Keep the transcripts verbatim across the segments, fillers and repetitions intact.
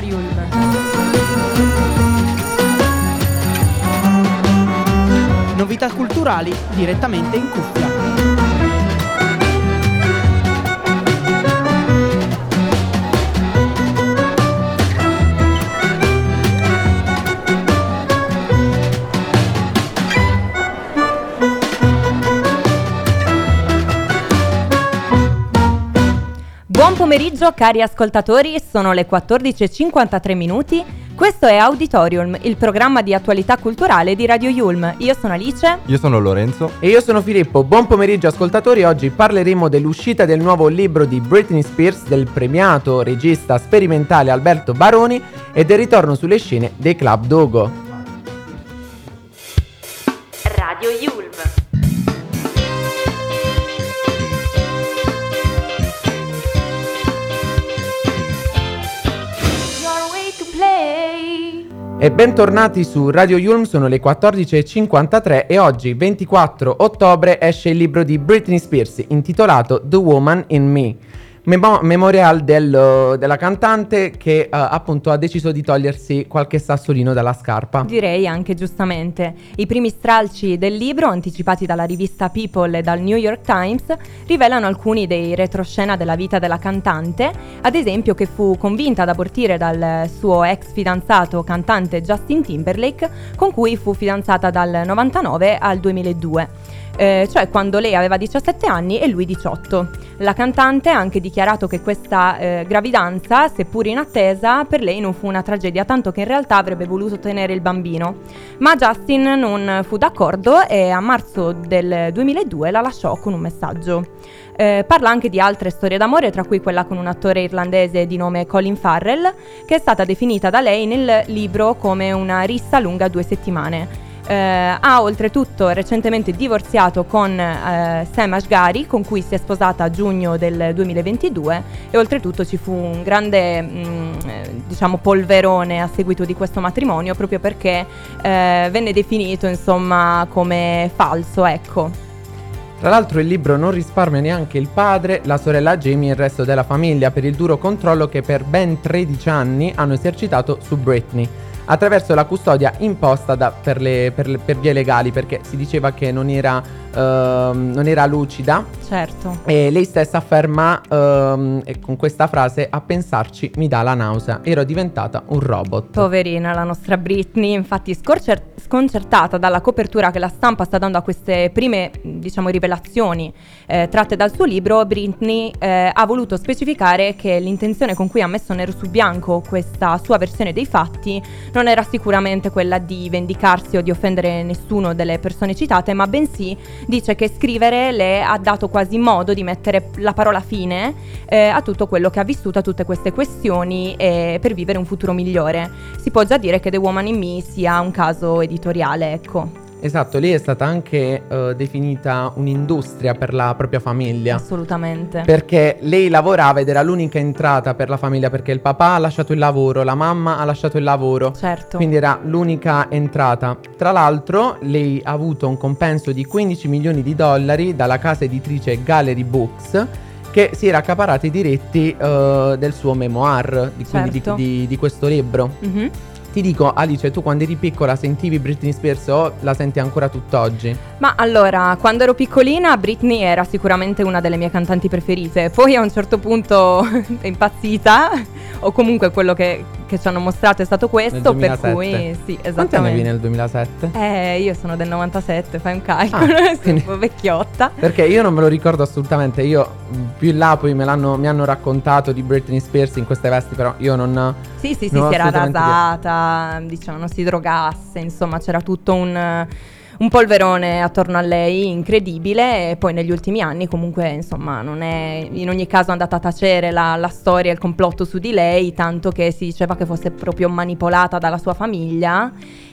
Auditorium. Novità culturali direttamente in cuffia. Buon pomeriggio cari ascoltatori, sono le quattordici e cinquantatré minuti. Questo è Auditorium, il programma di attualità culturale di Radio Yulm. Io sono Alice. Io sono Lorenzo. E io sono Filippo. Buon pomeriggio ascoltatori. Oggi parleremo dell'uscita del nuovo libro di Britney Spears, del premiato regista sperimentale Alberto Baroni e del ritorno sulle scene dei Club Dogo. Radio Yulm. E bentornati su Radio Yulm, sono le quattordici e cinquantatré e oggi ventiquattro ottobre esce il libro di Britney Spears intitolato The Woman in Me, Memo- memorial del, della cantante che uh, appunto ha deciso di togliersi qualche sassolino dalla scarpa. Direi anche giustamente. I primi stralci del libro, anticipati dalla rivista People e dal New York Times, rivelano alcuni dei retroscena della vita della cantante, ad esempio che fu convinta ad abortire dal suo ex fidanzato cantante Justin Timberlake, con cui fu fidanzata dal novantanove al duemiladue. Eh, cioè quando lei aveva diciassette anni e lui diciotto. La cantante ha anche dichiarato che questa eh, gravidanza, seppur in attesa, per lei non fu una tragedia, tanto che in realtà avrebbe voluto tenere il bambino. Ma Justin non fu d'accordo e a marzo del duemiladue la lasciò con un messaggio. Eh, parla anche di altre storie d'amore, tra cui quella con un attore irlandese di nome Colin Farrell, che è stata definita da lei nel libro come una rissa lunga due settimane. Eh, ha oltretutto recentemente divorziato con eh, Sam Asghari, con cui si è sposata a giugno del duemilaventidue, e oltretutto ci fu un grande mh, diciamo polverone a seguito di questo matrimonio, proprio perché eh, venne definito insomma come falso, ecco. Tra l'altro il libro non risparmia neanche il padre, la sorella Jamie e il resto della famiglia per il duro controllo che per ben tredici anni hanno esercitato su Britney, attraverso la custodia imposta da, per, le, per, le, per vie legali, perché si diceva che non era, uh, non era lucida. Certo. E lei stessa afferma uh, e con questa frase: a pensarci mi dà la nausea, ero diventata un robot. Poverina la nostra Britney, infatti scorcer- sconcertata dalla copertura che la stampa sta dando a queste prime, diciamo, rivelazioni eh, tratte dal suo libro, Britney eh, ha voluto specificare che l'intenzione con cui ha messo nero su bianco questa sua versione dei fatti non era sicuramente quella di vendicarsi o di offendere nessuno delle persone citate, ma bensì dice che scrivere le ha dato quasi modo di mettere la parola fine eh, a tutto quello che ha vissuto, a tutte queste questioni, eh, per vivere un futuro migliore. Si può già dire che The Woman in Me sia un caso editoriale, ecco. Esatto, lei è stata anche uh, definita un'industria per la propria famiglia. Assolutamente. Perché lei lavorava ed era l'unica entrata per la famiglia, perché il papà ha lasciato il lavoro, la mamma ha lasciato il lavoro. Certo. Quindi era l'unica entrata. Tra l'altro lei ha avuto un compenso di quindici milioni di dollari dalla casa editrice Gallery Books, che si era accaparata i diritti uh, del suo memoir, di, certo. quindi di, di, di questo libro. Mm-hmm. Ti dico, Alice, tu quando eri piccola sentivi Britney Spears o la senti ancora tutt'oggi? Ma allora, quando ero piccolina Britney era sicuramente una delle mie cantanti preferite. Poi a un certo punto è impazzita, o comunque quello che, che ci hanno mostrato è stato questo, per cui sì, esattamente. Quanti anni avevi nel duemilasette? Eh, io sono del novantasette, fai un calcolo, ah, sono un po' vecchiotta. Perché io non me lo ricordo assolutamente, io più in là poi me l'hanno, mi hanno raccontato di Britney Spears in queste vesti, però io non... Sì, sì, sì, si era rasata, diciamo, non si drogasse, insomma c'era tutto un... un polverone attorno a lei incredibile, e poi negli ultimi anni comunque insomma non è in ogni caso andata a tacere la, la storia, il complotto su di lei, tanto che si diceva che fosse proprio manipolata dalla sua famiglia,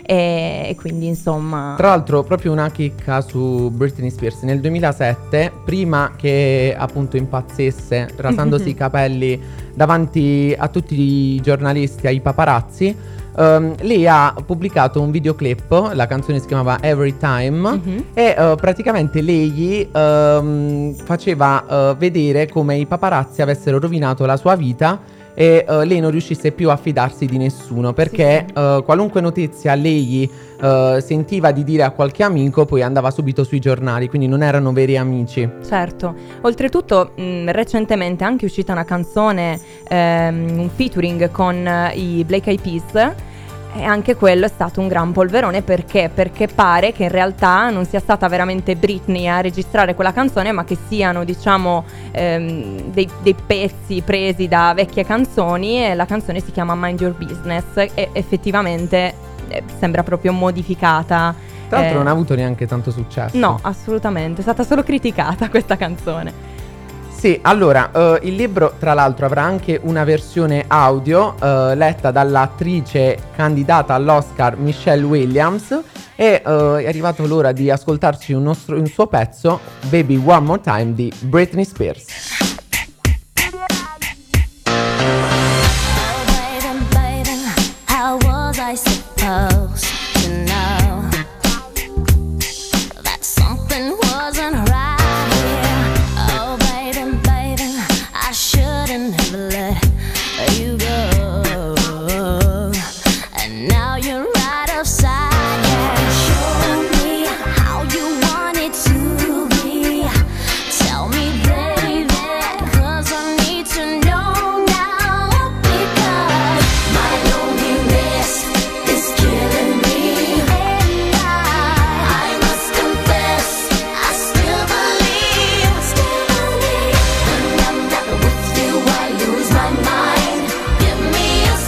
e, e quindi insomma... Tra l'altro proprio una chicca su Britney Spears: nel duemilasette, prima che appunto impazzisse rasandosi i capelli davanti a tutti i giornalisti, ai paparazzi, Um, lei ha pubblicato un videoclip, la canzone si chiamava Every Time, mm-hmm. e uh, praticamente lei um, faceva uh, vedere come i paparazzi avessero rovinato la sua vita e uh, lei non riuscisse più a fidarsi di nessuno, perché sì, sì. Uh, qualunque notizia lei uh, sentiva di dire a qualche amico poi andava subito sui giornali, quindi non erano veri amici. Certo, oltretutto mh, recentemente è anche uscita una canzone, ehm, un featuring con uh, i Black Eyed Peas. E anche quello è stato un gran polverone, perché? Perché pare che in realtà non sia stata veramente Britney a registrare quella canzone, ma che siano, diciamo, ehm, dei, dei pezzi presi da vecchie canzoni, e la canzone si chiama Mind Your Business e effettivamente eh, sembra proprio modificata. Tra l'altro eh, non ha avuto neanche tanto successo. No, assolutamente, è stata solo criticata questa canzone. Sì, allora, uh, il libro tra l'altro avrà anche una versione audio uh, letta dall'attrice candidata all'Oscar Michelle Williams, e uh, è arrivato l'ora di ascoltarci un, nostro, un suo pezzo, Baby One More Time di Britney Spears. Oh, baby, baby, how was I supposed to know that something wasn't right? Shouldn't have let you go, and now you're right upside down. Show me how you want it to be. Tell me, baby, 'cause I need to know now, because my loneliness is killing me, and I, I must confess, I still believe, still believe. When I'm not with you, I lose my mind. Give me a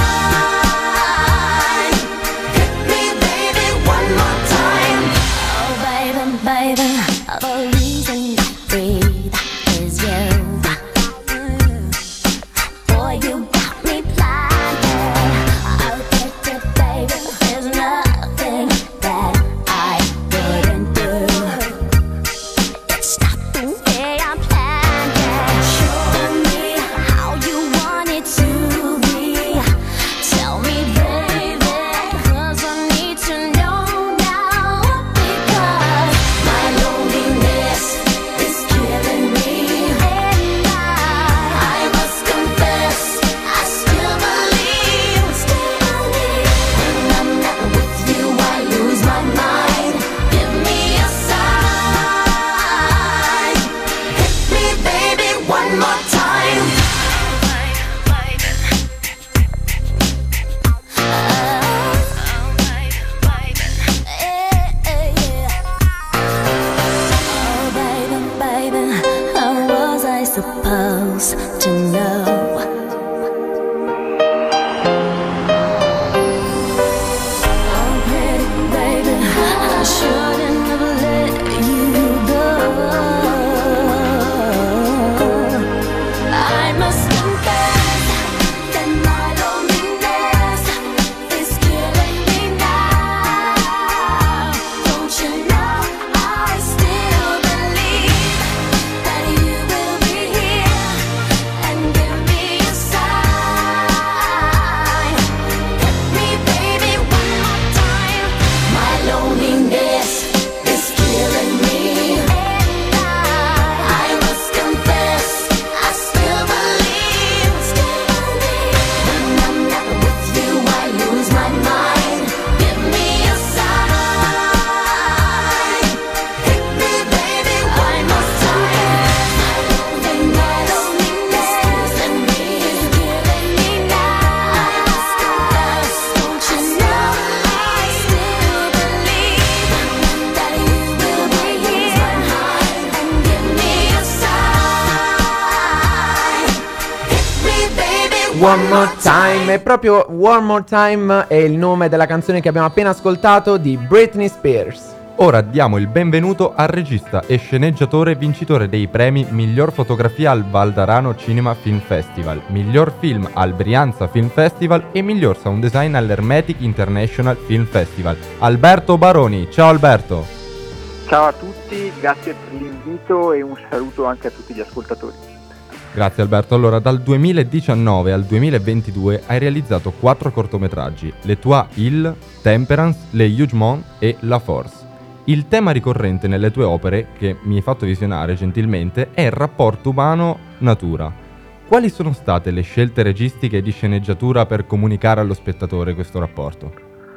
sign. Hit me, baby, one more time. Oh, baby, baby, the reason I breathe is you. Boy, you got me blinded. I'll get it, baby. There's nothing that I wouldn't do. It's not the way I planned it. Show me how you want it to be. Tell me, baby, 'cause I need to know now, because my loneliness is killing me, and I, I must confess, I still believe, still believe. When I'm not with you, I lose my mind. Give me a sign. Hit me, baby, one more time. Oh, baby, baby, how was I supposed to know? Oh, pretty baby, I shouldn't have let you go. I must confess that my loneliness is killing me now. Don't you know I still believe that you will be here and give me a sign. Hit me, baby, one more time. My loneliness is killing me, and I, I must confess, I still believe, still believe. When I'm not with you, I lose my mind. Give me a sign. Hit me, baby, one more time. My loneliness is killing me, is killing me now. I must confess, don't you know I still believe that you will be here and give me a sign. Hit me, baby, One More Time, è proprio One More Time è il nome della canzone che abbiamo appena ascoltato di Britney Spears. Ora diamo il benvenuto al regista e sceneggiatore vincitore dei premi Miglior fotografia al Valdarano Cinema Film Festival, Miglior film al Brianza Film Festival e Miglior sound design all'Hermetic International Film Festival, Alberto Baroni. Ciao Alberto! Ciao a tutti, grazie per l'invito e un saluto anche a tutti gli ascoltatori. Grazie Alberto. Allora, dal duemiladiciannove al duemilaventidue hai realizzato quattro cortometraggi: Le Trois Îles, Temperance, Le Jugement e La Force. Il tema ricorrente nelle tue opere, che mi hai fatto visionare gentilmente, è il rapporto umano-natura. Quali sono state le scelte registiche e di sceneggiatura per comunicare allo spettatore questo rapporto?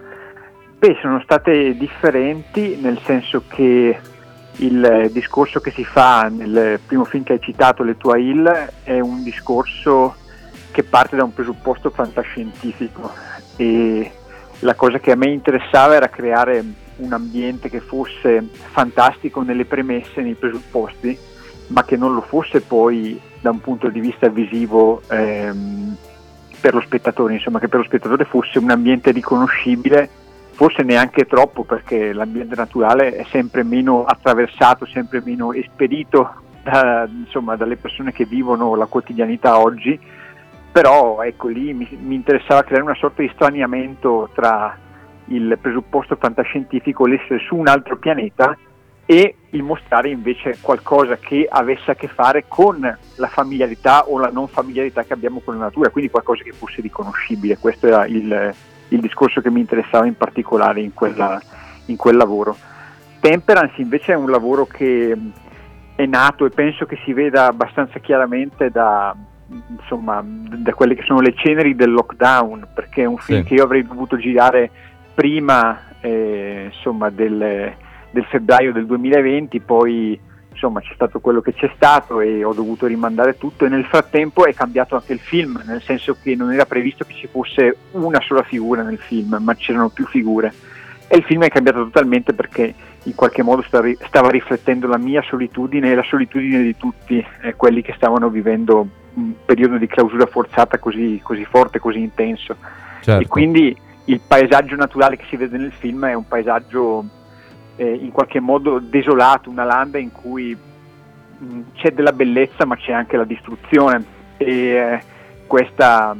Beh, sono state differenti, nel senso che il discorso che si fa nel primo film che hai citato, Le Tue Hill, è un discorso che parte da un presupposto fantascientifico, e la cosa che a me interessava era creare un ambiente che fosse fantastico nelle premesse, nei presupposti, ma che non lo fosse poi da un punto di vista visivo ehm, per lo spettatore, insomma che per lo spettatore fosse un ambiente riconoscibile, forse neanche troppo, perché l'ambiente naturale è sempre meno attraversato, sempre meno esperito da, insomma, dalle persone che vivono la quotidianità oggi, però ecco lì mi, mi interessava creare una sorta di straniamento tra il presupposto fantascientifico, l'essere su un altro pianeta, e il mostrare invece qualcosa che avesse a che fare con la familiarità o la non familiarità che abbiamo con la natura, quindi qualcosa che fosse riconoscibile. Questo era il, il discorso che mi interessava in particolare in, quella, in quel lavoro. Temperance invece è un lavoro che è nato, e penso che si veda abbastanza chiaramente da, insomma, da quelle che sono le ceneri del lockdown, perché è un film sì. che io avrei dovuto girare prima eh, insomma del, del febbraio del duemilaventi, poi insomma c'è stato quello che c'è stato e ho dovuto rimandare tutto, e nel frattempo è cambiato anche il film, nel senso che non era previsto che ci fosse una sola figura nel film, ma c'erano più figure, e il film è cambiato totalmente perché in qualche modo stava riflettendo la mia solitudine e la solitudine di tutti eh, quelli che stavano vivendo un periodo di clausura forzata così, così forte, così intenso. Certo. E quindi il paesaggio naturale che si vede nel film è un paesaggio eh, in qualche modo desolato, una landa in cui mh, c'è della bellezza ma c'è anche la distruzione, e eh, questa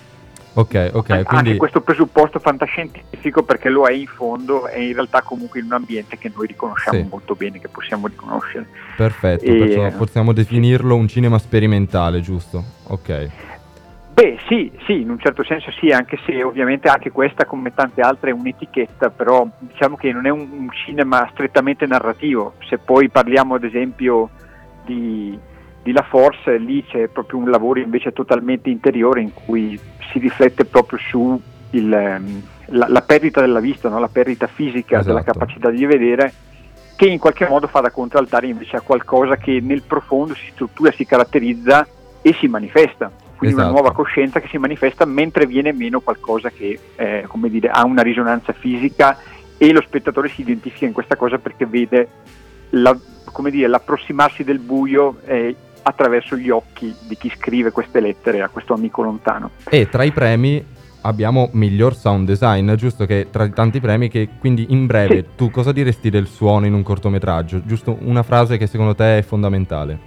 Ok, ok, anche quindi questo presupposto fantascientifico, perché lo è in fondo, è in realtà comunque in un ambiente che noi riconosciamo Sì. molto bene, che possiamo riconoscere. perfetto, E- perciò possiamo definirlo un cinema sperimentale, giusto? Ok. Beh sì, sì, in un certo senso sì, anche se ovviamente anche questa, come tante altre, è un'etichetta, però diciamo che non è un, un cinema strettamente narrativo. Se poi parliamo ad esempio di, di La Force, lì c'è proprio un lavoro invece totalmente interiore, in cui si riflette proprio su il, ehm, la, la perdita della vista, no? La perdita fisica Esatto. della capacità di vedere, che in qualche modo fa da contraltare invece a qualcosa che nel profondo si struttura, si caratterizza e si manifesta. Quindi Esatto. una nuova coscienza che si manifesta mentre viene meno qualcosa che eh, come dire, ha una risonanza fisica, e lo spettatore si identifica in questa cosa perché vede la, come dire, l'approssimarsi del buio eh, attraverso gli occhi di chi scrive queste lettere a questo amico lontano. E tra i premi abbiamo miglior sound design, giusto? Che tra i tanti premi, che quindi in breve Sì. tu cosa diresti del suono in un cortometraggio? Giusto una frase che secondo te è fondamentale.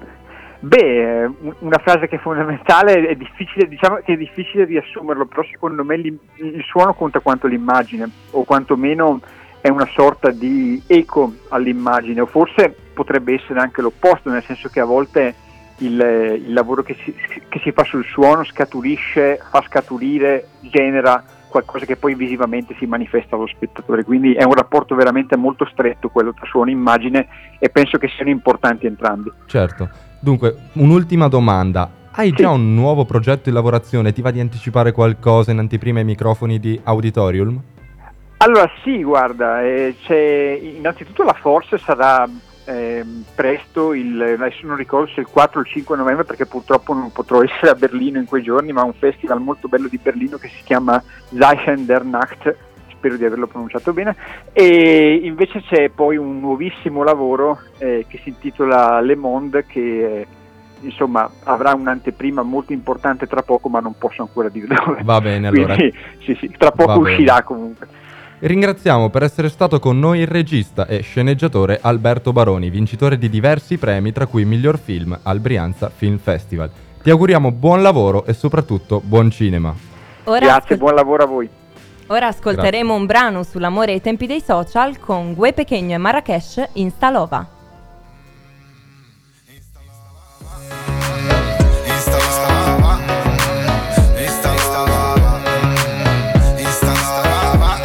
Beh, eh, una frase che è fondamentale, è difficile, diciamo che è difficile riassumerlo, però secondo me il, il suono conta quanto l'immagine, o quantomeno è una sorta di eco all'immagine, o forse potrebbe essere anche l'opposto, nel senso che a volte il, il lavoro che si, che si fa sul suono scaturisce, fa scaturire, genera qualcosa che poi visivamente si manifesta allo spettatore, quindi è un rapporto veramente molto stretto quello tra suono e immagine, e penso che siano importanti entrambi. Certo. Dunque, un'ultima domanda. Hai Sì. già un nuovo progetto in lavorazione? Ti va di anticipare qualcosa in anteprima ai microfoni di Auditorium? Allora sì, guarda, eh, c'è, innanzitutto La Force sarà eh, presto, il, adesso non ricordo se il quattro o il cinque novembre, perché purtroppo non potrò essere a Berlino in quei giorni, ma un festival molto bello di Berlino che si chiama Zeichen der Nacht, spero di averlo pronunciato bene, e invece c'è poi un nuovissimo lavoro eh, che si intitola Le Monde, che eh, insomma avrà un'anteprima molto importante tra poco, ma non posso ancora dire dove. Va bene, allora. Quindi, sì, sì, tra poco Va bene. uscirà comunque. Ringraziamo per essere stato con noi il regista e sceneggiatore Alberto Baroni, vincitore di diversi premi, tra cui miglior film al Brianza Film Festival. Ti auguriamo buon lavoro e soprattutto buon cinema. Ora, Grazie, ascol- buon lavoro a voi. ora ascolteremo un brano sull'amore ai tempi dei social con Gue Pequeño e Marrakesh in Stalova. Instalava, instalava, instalava,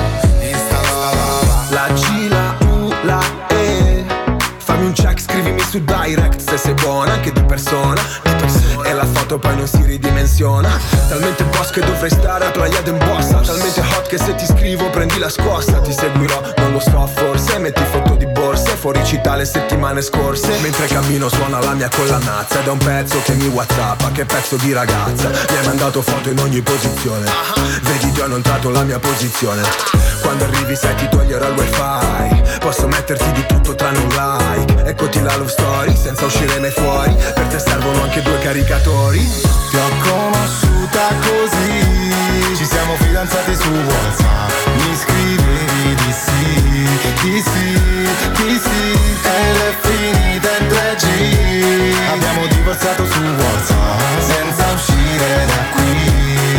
instalava. La C, la U, la E. Fammi un check, scrivimi su su direct se sei buona anche di persona, di persona. E la foto poi non si ridimensiona. Talmente boss che dovrei stare applaiato in borsa. Talmente hot che se ti scrivo prendi la scossa. Ti seguirò, non lo so forse. Metti foto di borse, fuori città le settimane scorse. Mentre cammino suona la mia collanazza. Ed è un pezzo che mi whatsappa, che pezzo di ragazza. Mi hai mandato foto in ogni posizione. Vedi ti ho inoltrato la mia posizione. Quando arrivi sai ti toglierò il wifi. Posso metterti di tutto tranne un like. Eccoti la love story, senza uscire mai fuori. Per te servono anche due caricatori. Ti ho conosciuta così, ci siamo fidanzati su WhatsApp. Mi scrivevi di sì, di sì, di sì. E l'è finita in tre G. Abbiamo divorziato su WhatsApp, senza uscire da qui.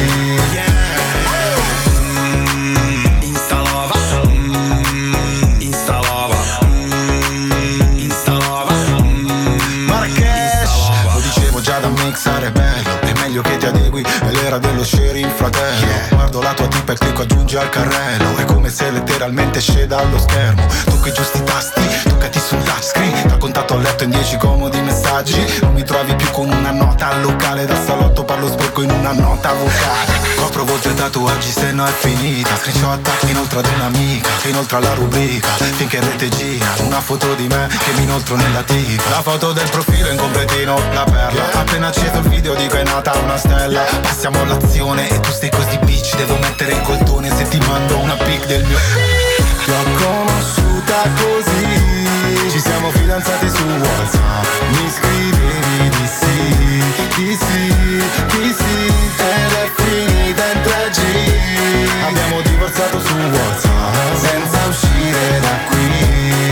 Mixare bello, è meglio che ti adegui, è l'era dello sharing fratello. Yeah. Guardo la tua tipa e clicco aggiungi al carrello. È come se letteralmente sceda allo schermo. Tocco i giusti tasti, toccati sul touchscreen. Da contatto a letto in dieci comodi messaggi. Non mi trovi più con una nota al locale. Da salotto parlo sporco in una nota vocale. Copro volte tatuaggi se no è finita. Screenshot inoltre ad un'amica, che inoltre alla rubrica. Finché rete gira una foto di me che mi inoltro nella tipa. La foto del profilo in completino, la perla. Appena acceso il video dico è nata una stella. Passiamo all'azione e tu stai così bitch. Devo mettere il coltone se ti mando una pic del mio. Ti ho conosciuta così, ci siamo fidanzati su WhatsApp. Mi scrivevi di sì, di sì, di sì. Ed è finita in tre G. Abbiamo divorziato su WhatsApp, senza uscire da qui.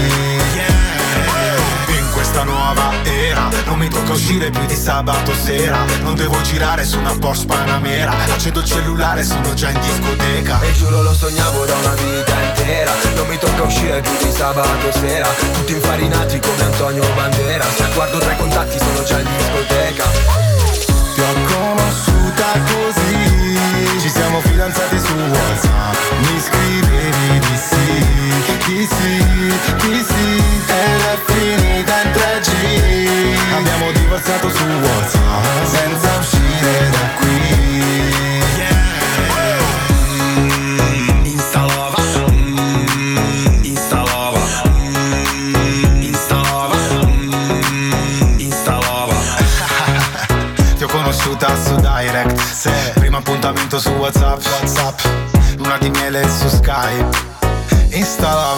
In questa nuova era non mi tocca uscire più di sabato sera. Non devo girare su una Porsche Panamera. Accendo il cellulare, sono già in discoteca. E giuro lo sognavo da una vita intera. Non mi tocca uscire più di sabato sera. Tutti infarinati come Antonio Banderas. Guardo tra i contatti, sono già in discoteca. Ti ho conosciuta così, ci siamo fidanzati su WhatsApp. Mi scrivevi di sì, di sì, di sì. Ed è finita in tre G. Abbiamo divorziato su WhatsApp, senza uscire da qui. Su direct, sì. Primo appuntamento su WhatsApp, WhatsApp. Luna di miele su Skype. Instalava.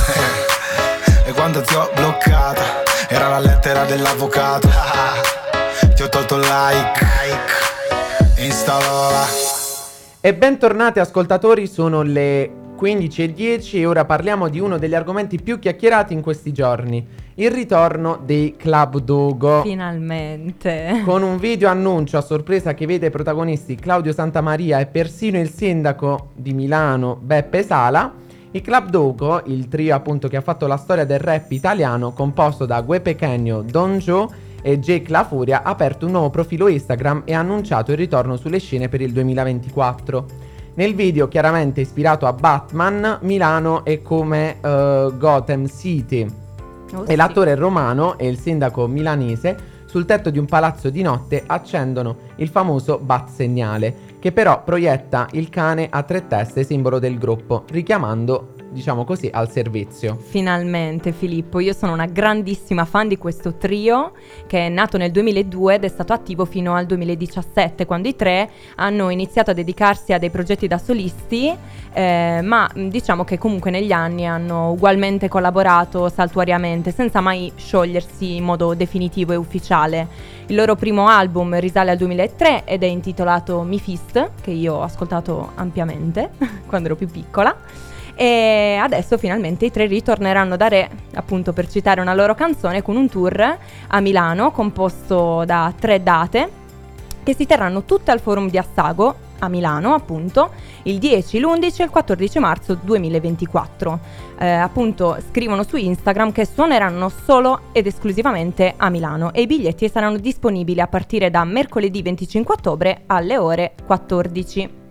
E quando ti ho bloccata era la lettera dell'avvocato. Ti ho tolto like, like. Installava. E bentornati ascoltatori, sono le quindici e dieci e ora parliamo di uno degli argomenti più chiacchierati in questi giorni: il ritorno dei Club Dogo. Finalmente. Con un video annuncio a sorpresa che vede protagonisti Claudio Santamaria e persino il sindaco di Milano Beppe Sala, i Club Dogo, il trio appunto che ha fatto la storia del rap italiano, composto da Gue Pequeno, Don Joe e Jake La Furia, ha aperto un nuovo profilo Instagram e ha annunciato il ritorno sulle scene per il duemilaventiquattro. Nel video, chiaramente ispirato a Batman, Milano è come uh, Gotham City. Oh, e sì. L'attore romano e il sindaco milanese sul tetto di un palazzo di notte accendono il famoso bat segnale, che però proietta il cane a tre teste, simbolo del gruppo, richiamando, diciamo così, al servizio. Finalmente, Filippo, io sono una grandissima fan di questo trio che è nato nel duemiladue ed è stato attivo fino al duemiladiciassette, quando i tre hanno iniziato a dedicarsi a dei progetti da solisti, eh, ma diciamo che comunque negli anni hanno ugualmente collaborato saltuariamente senza mai sciogliersi in modo definitivo e ufficiale. Il loro primo album risale al duemilatré ed è intitolato Mi Fist, che io ho ascoltato ampiamente quando ero più piccola. E adesso finalmente i tre ritorneranno da re, appunto per citare una loro canzone, con un tour a Milano composto da tre date che si terranno tutte al Forum di Assago a Milano, appunto il dieci, l'undici e il quattordici marzo duemilaventiquattro. Eh, appunto scrivono su Instagram che suoneranno solo ed esclusivamente a Milano e i biglietti saranno disponibili a partire da mercoledì venticinque ottobre alle ore quattordici.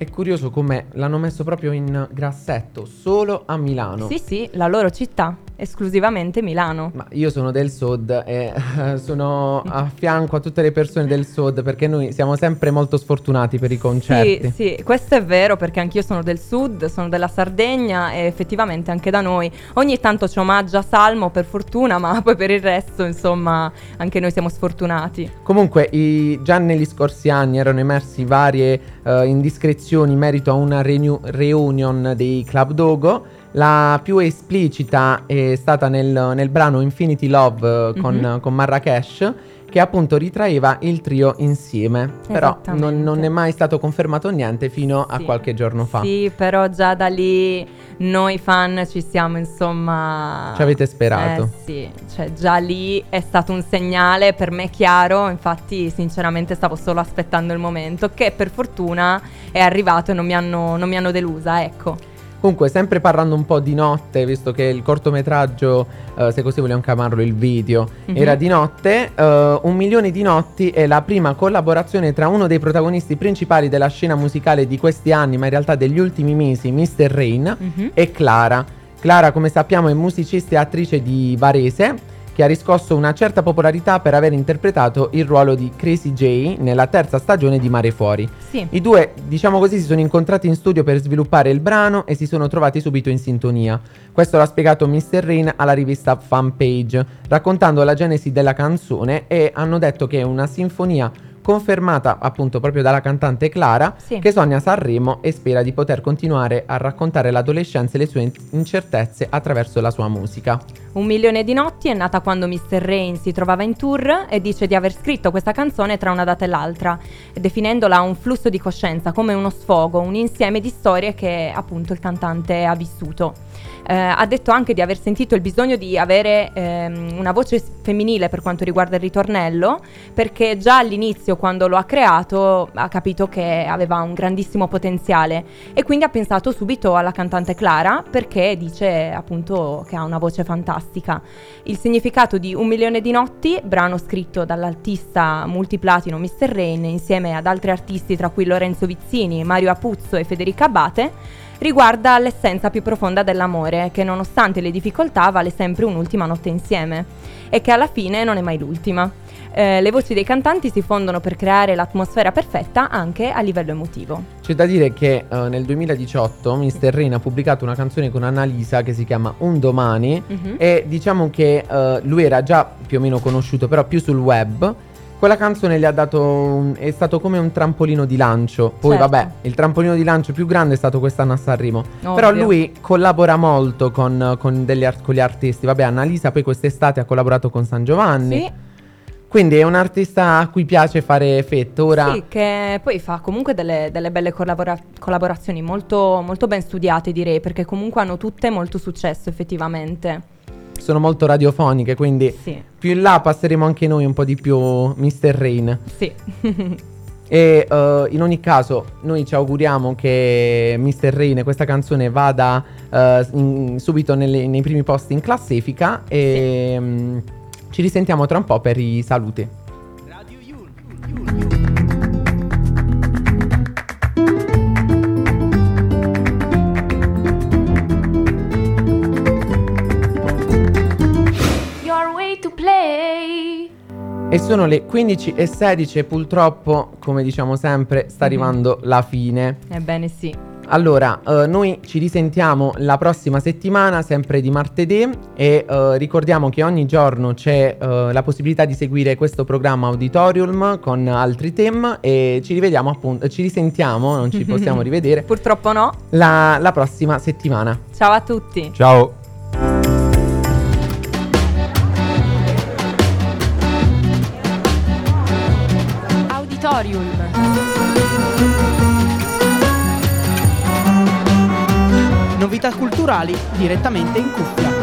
È curioso come l'hanno messo proprio in grassetto, solo a Milano. Sì, sì, la loro città, esclusivamente Milano. Ma io sono del Sud e eh, sono a fianco a tutte le persone del Sud, perché noi siamo sempre molto sfortunati per i concerti. Sì, sì, questo è vero, perché anch'io sono del Sud, sono della Sardegna e effettivamente anche da noi ogni tanto ci omaggia Salmo, per fortuna, ma poi per il resto, insomma, anche noi siamo sfortunati. Comunque i, già negli scorsi anni erano emersi varie eh, indiscrezioni in merito a una renew- reunion dei Club Dogo. La più esplicita è stata nel, nel brano Infinity Love eh, con, Mhm. con Marrakesh, che appunto ritraeva il trio insieme. Però Esattamente. non, non è mai stato confermato niente fino a Sì. qualche giorno fa. Sì, però già da lì noi fan ci siamo, insomma... Ci avete sperato. Eh sì, cioè già lì è stato un segnale per me chiaro, infatti sinceramente stavo solo aspettando il momento, che per fortuna è arrivato e non mi hanno, non mi hanno delusa, ecco. Comunque, sempre parlando un po' di notte, visto che il cortometraggio, eh, se così vogliamo chiamarlo, il video, Mhm. era di notte, eh, Un milione di notti è la prima collaborazione tra uno dei protagonisti principali della scena musicale di questi anni, ma in realtà degli ultimi mesi, mister Rain, Mhm. e Clara. Clara, come sappiamo, è musicista e attrice di Varese, che ha riscosso una certa popolarità per aver interpretato il ruolo di Crazy J nella terza stagione di Mare Fuori. Sì. I due, diciamo così, si sono incontrati in studio per sviluppare il brano e si sono trovati subito in sintonia. Questo l'ha spiegato mister Rain alla rivista Fanpage, raccontando la genesi della canzone, e hanno detto che è una sinfonia confermata appunto proprio dalla cantante Clara, Sì. che sogna Sanremo e spera di poter continuare a raccontare l'adolescenza e le sue in- incertezze attraverso la sua musica. Un milione di notti è nata quando mister Rain si trovava in tour e dice di aver scritto questa canzone tra una data e l'altra, definendola un flusso di coscienza, come uno sfogo, un insieme di storie che appunto il cantante ha vissuto. Eh, ha detto anche di aver sentito il bisogno di avere ehm, una voce s- femminile per quanto riguarda il ritornello, perché già all'inizio, quando lo ha creato, ha capito che aveva un grandissimo potenziale e quindi ha pensato subito alla cantante Clara, perché dice appunto che ha una voce fantastica. Il significato di Un milione di notti, brano scritto dall'artista multiplatino mister Rain insieme ad altri artisti tra cui Lorenzo Vizzini, Mario Apuzzo e Federica Abate, riguarda l'essenza più profonda dell'amore, che nonostante le difficoltà vale sempre un'ultima notte insieme e che alla fine non è mai l'ultima. Eh, le voci dei cantanti si fondono per creare l'atmosfera perfetta anche a livello emotivo. C'è da dire che eh, nel duemiladiciotto mister Rain ha pubblicato una canzone con Annalisa che si chiama Un domani, Mhm. e diciamo che eh, lui era già più o meno conosciuto, però più sul web. Quella canzone gli ha dato un- è stato come un trampolino di lancio. Poi Certo. vabbè, il trampolino di lancio più grande è stato quest'anno a Sanremo. Ovvio. Però lui collabora molto con, con degli art- con gli artisti. Vabbè, Annalisa poi quest'estate ha collaborato con San Giovanni. Sì, Quindi è un artista a cui piace fare fetto. Ora, sì, che poi fa comunque delle, delle belle collabora- collaborazioni molto, molto ben studiate, direi, perché comunque hanno tutte molto successo effettivamente. sono molto radiofoniche, quindi Sì, più in là passeremo anche noi un po' di più mister Rain. sì. E eh, in ogni caso noi ci auguriamo che mister Rain e questa canzone vada eh, in- subito nelle- nei primi posti in classifica. E mm, ci risentiamo tra un po' per i saluti. Your way to play. E sono le quindici e sedici e purtroppo, come diciamo sempre, sta arrivando la fine. Ebbene sì. Allora, eh, noi ci risentiamo la prossima settimana, sempre di martedì, e eh, ricordiamo che ogni giorno c'è eh, la possibilità di seguire questo programma Auditorium con altri theme, e ci rivediamo appunto, ci risentiamo, non ci possiamo rivedere, Purtroppo no. la, la prossima settimana. Ciao a tutti. Ciao. Auditorium. Novità culturali direttamente in cuffia.